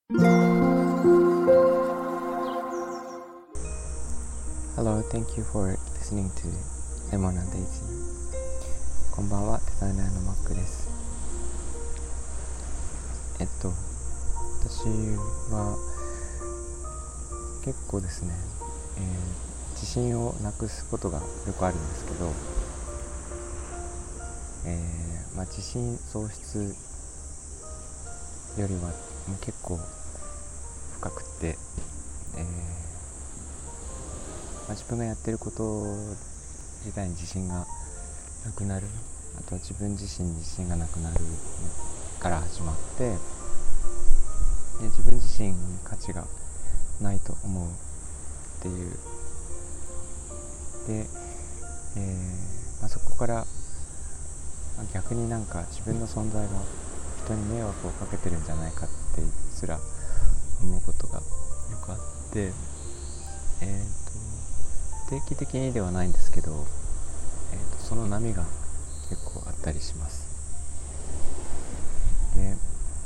Hello, thank you for listening to Lemon and Daisy. こんばんは、デザイナーのマックです。私は結構ですね、自信をなくすことがよくあるんですけど、自信喪失よりはもう結構深くて、自分がやってること自体に自信がなくなる、あとは自分自身に自信がなくなるから始まって、で自分自身に価値がないと思うっていうで、そこから逆になんか自分の存在が人に迷惑をかけてるんじゃないかってすら思うことがよくあって、定期的にではないんですけど、その波が結構あったりします。で、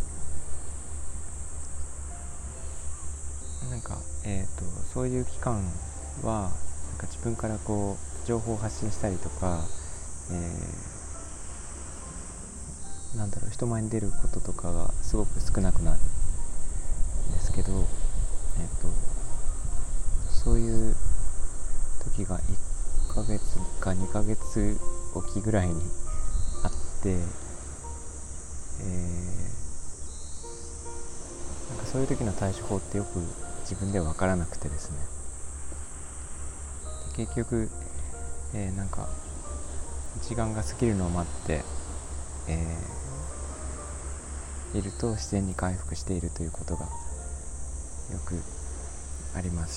そういう期間はなんか自分からこう情報を発信したりとか、人前に出ることとかがすごく少なくなるんですけど、そういう時が1ヶ月か2ヶ月おきぐらいにあって、そういう時の対処法ってよく自分では分からなくてですね、結局、時間が過ぎるのを待って、いると自然に回復しているということがよくあります。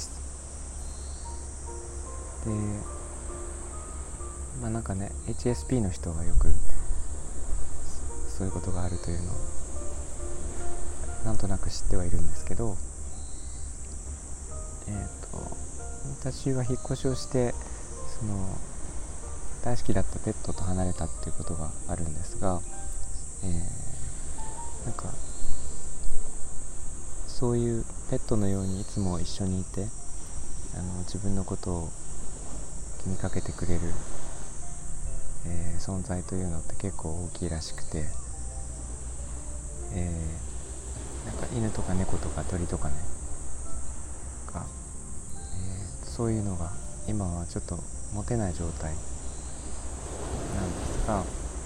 で、HSP の人がよくそういうことがあるというのをなんとなく知ってはいるんですけど、私は引っ越しをして大好きだったペットと離れたっていうことがあるんですが、そういうペットのようにいつも一緒にいて、自分のことを気にかけてくれる、存在というのって結構大きいらしくて、犬とか猫とか鳥とかね、そういうのが今はちょっと持てない状態なんですが、や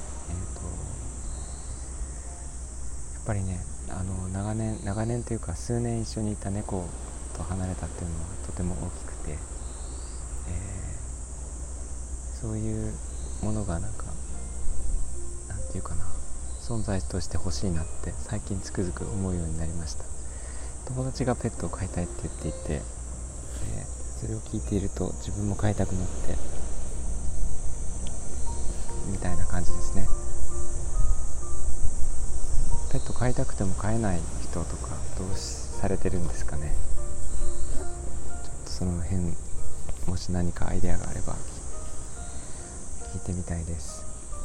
っぱりね、長年というか数年一緒にいた猫と離れたっていうのはとても大きくて、そういうものが存在として欲しいなって最近つくづく思うようになりました。友達がペットを飼いたいって言っていて、それを聞いていると自分も飼いたくなってみたいな感じですね。ペット飼いたくても飼えない人とかどうされてるんですかね。ちょっとその辺もし何かアイデアがあれば聞いてみたいです。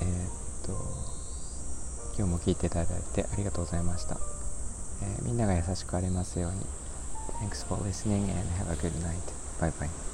今日も聞いていただいてありがとうございました。みんなが優しくありますように。Thanks for listening and have a good night. Bye bye.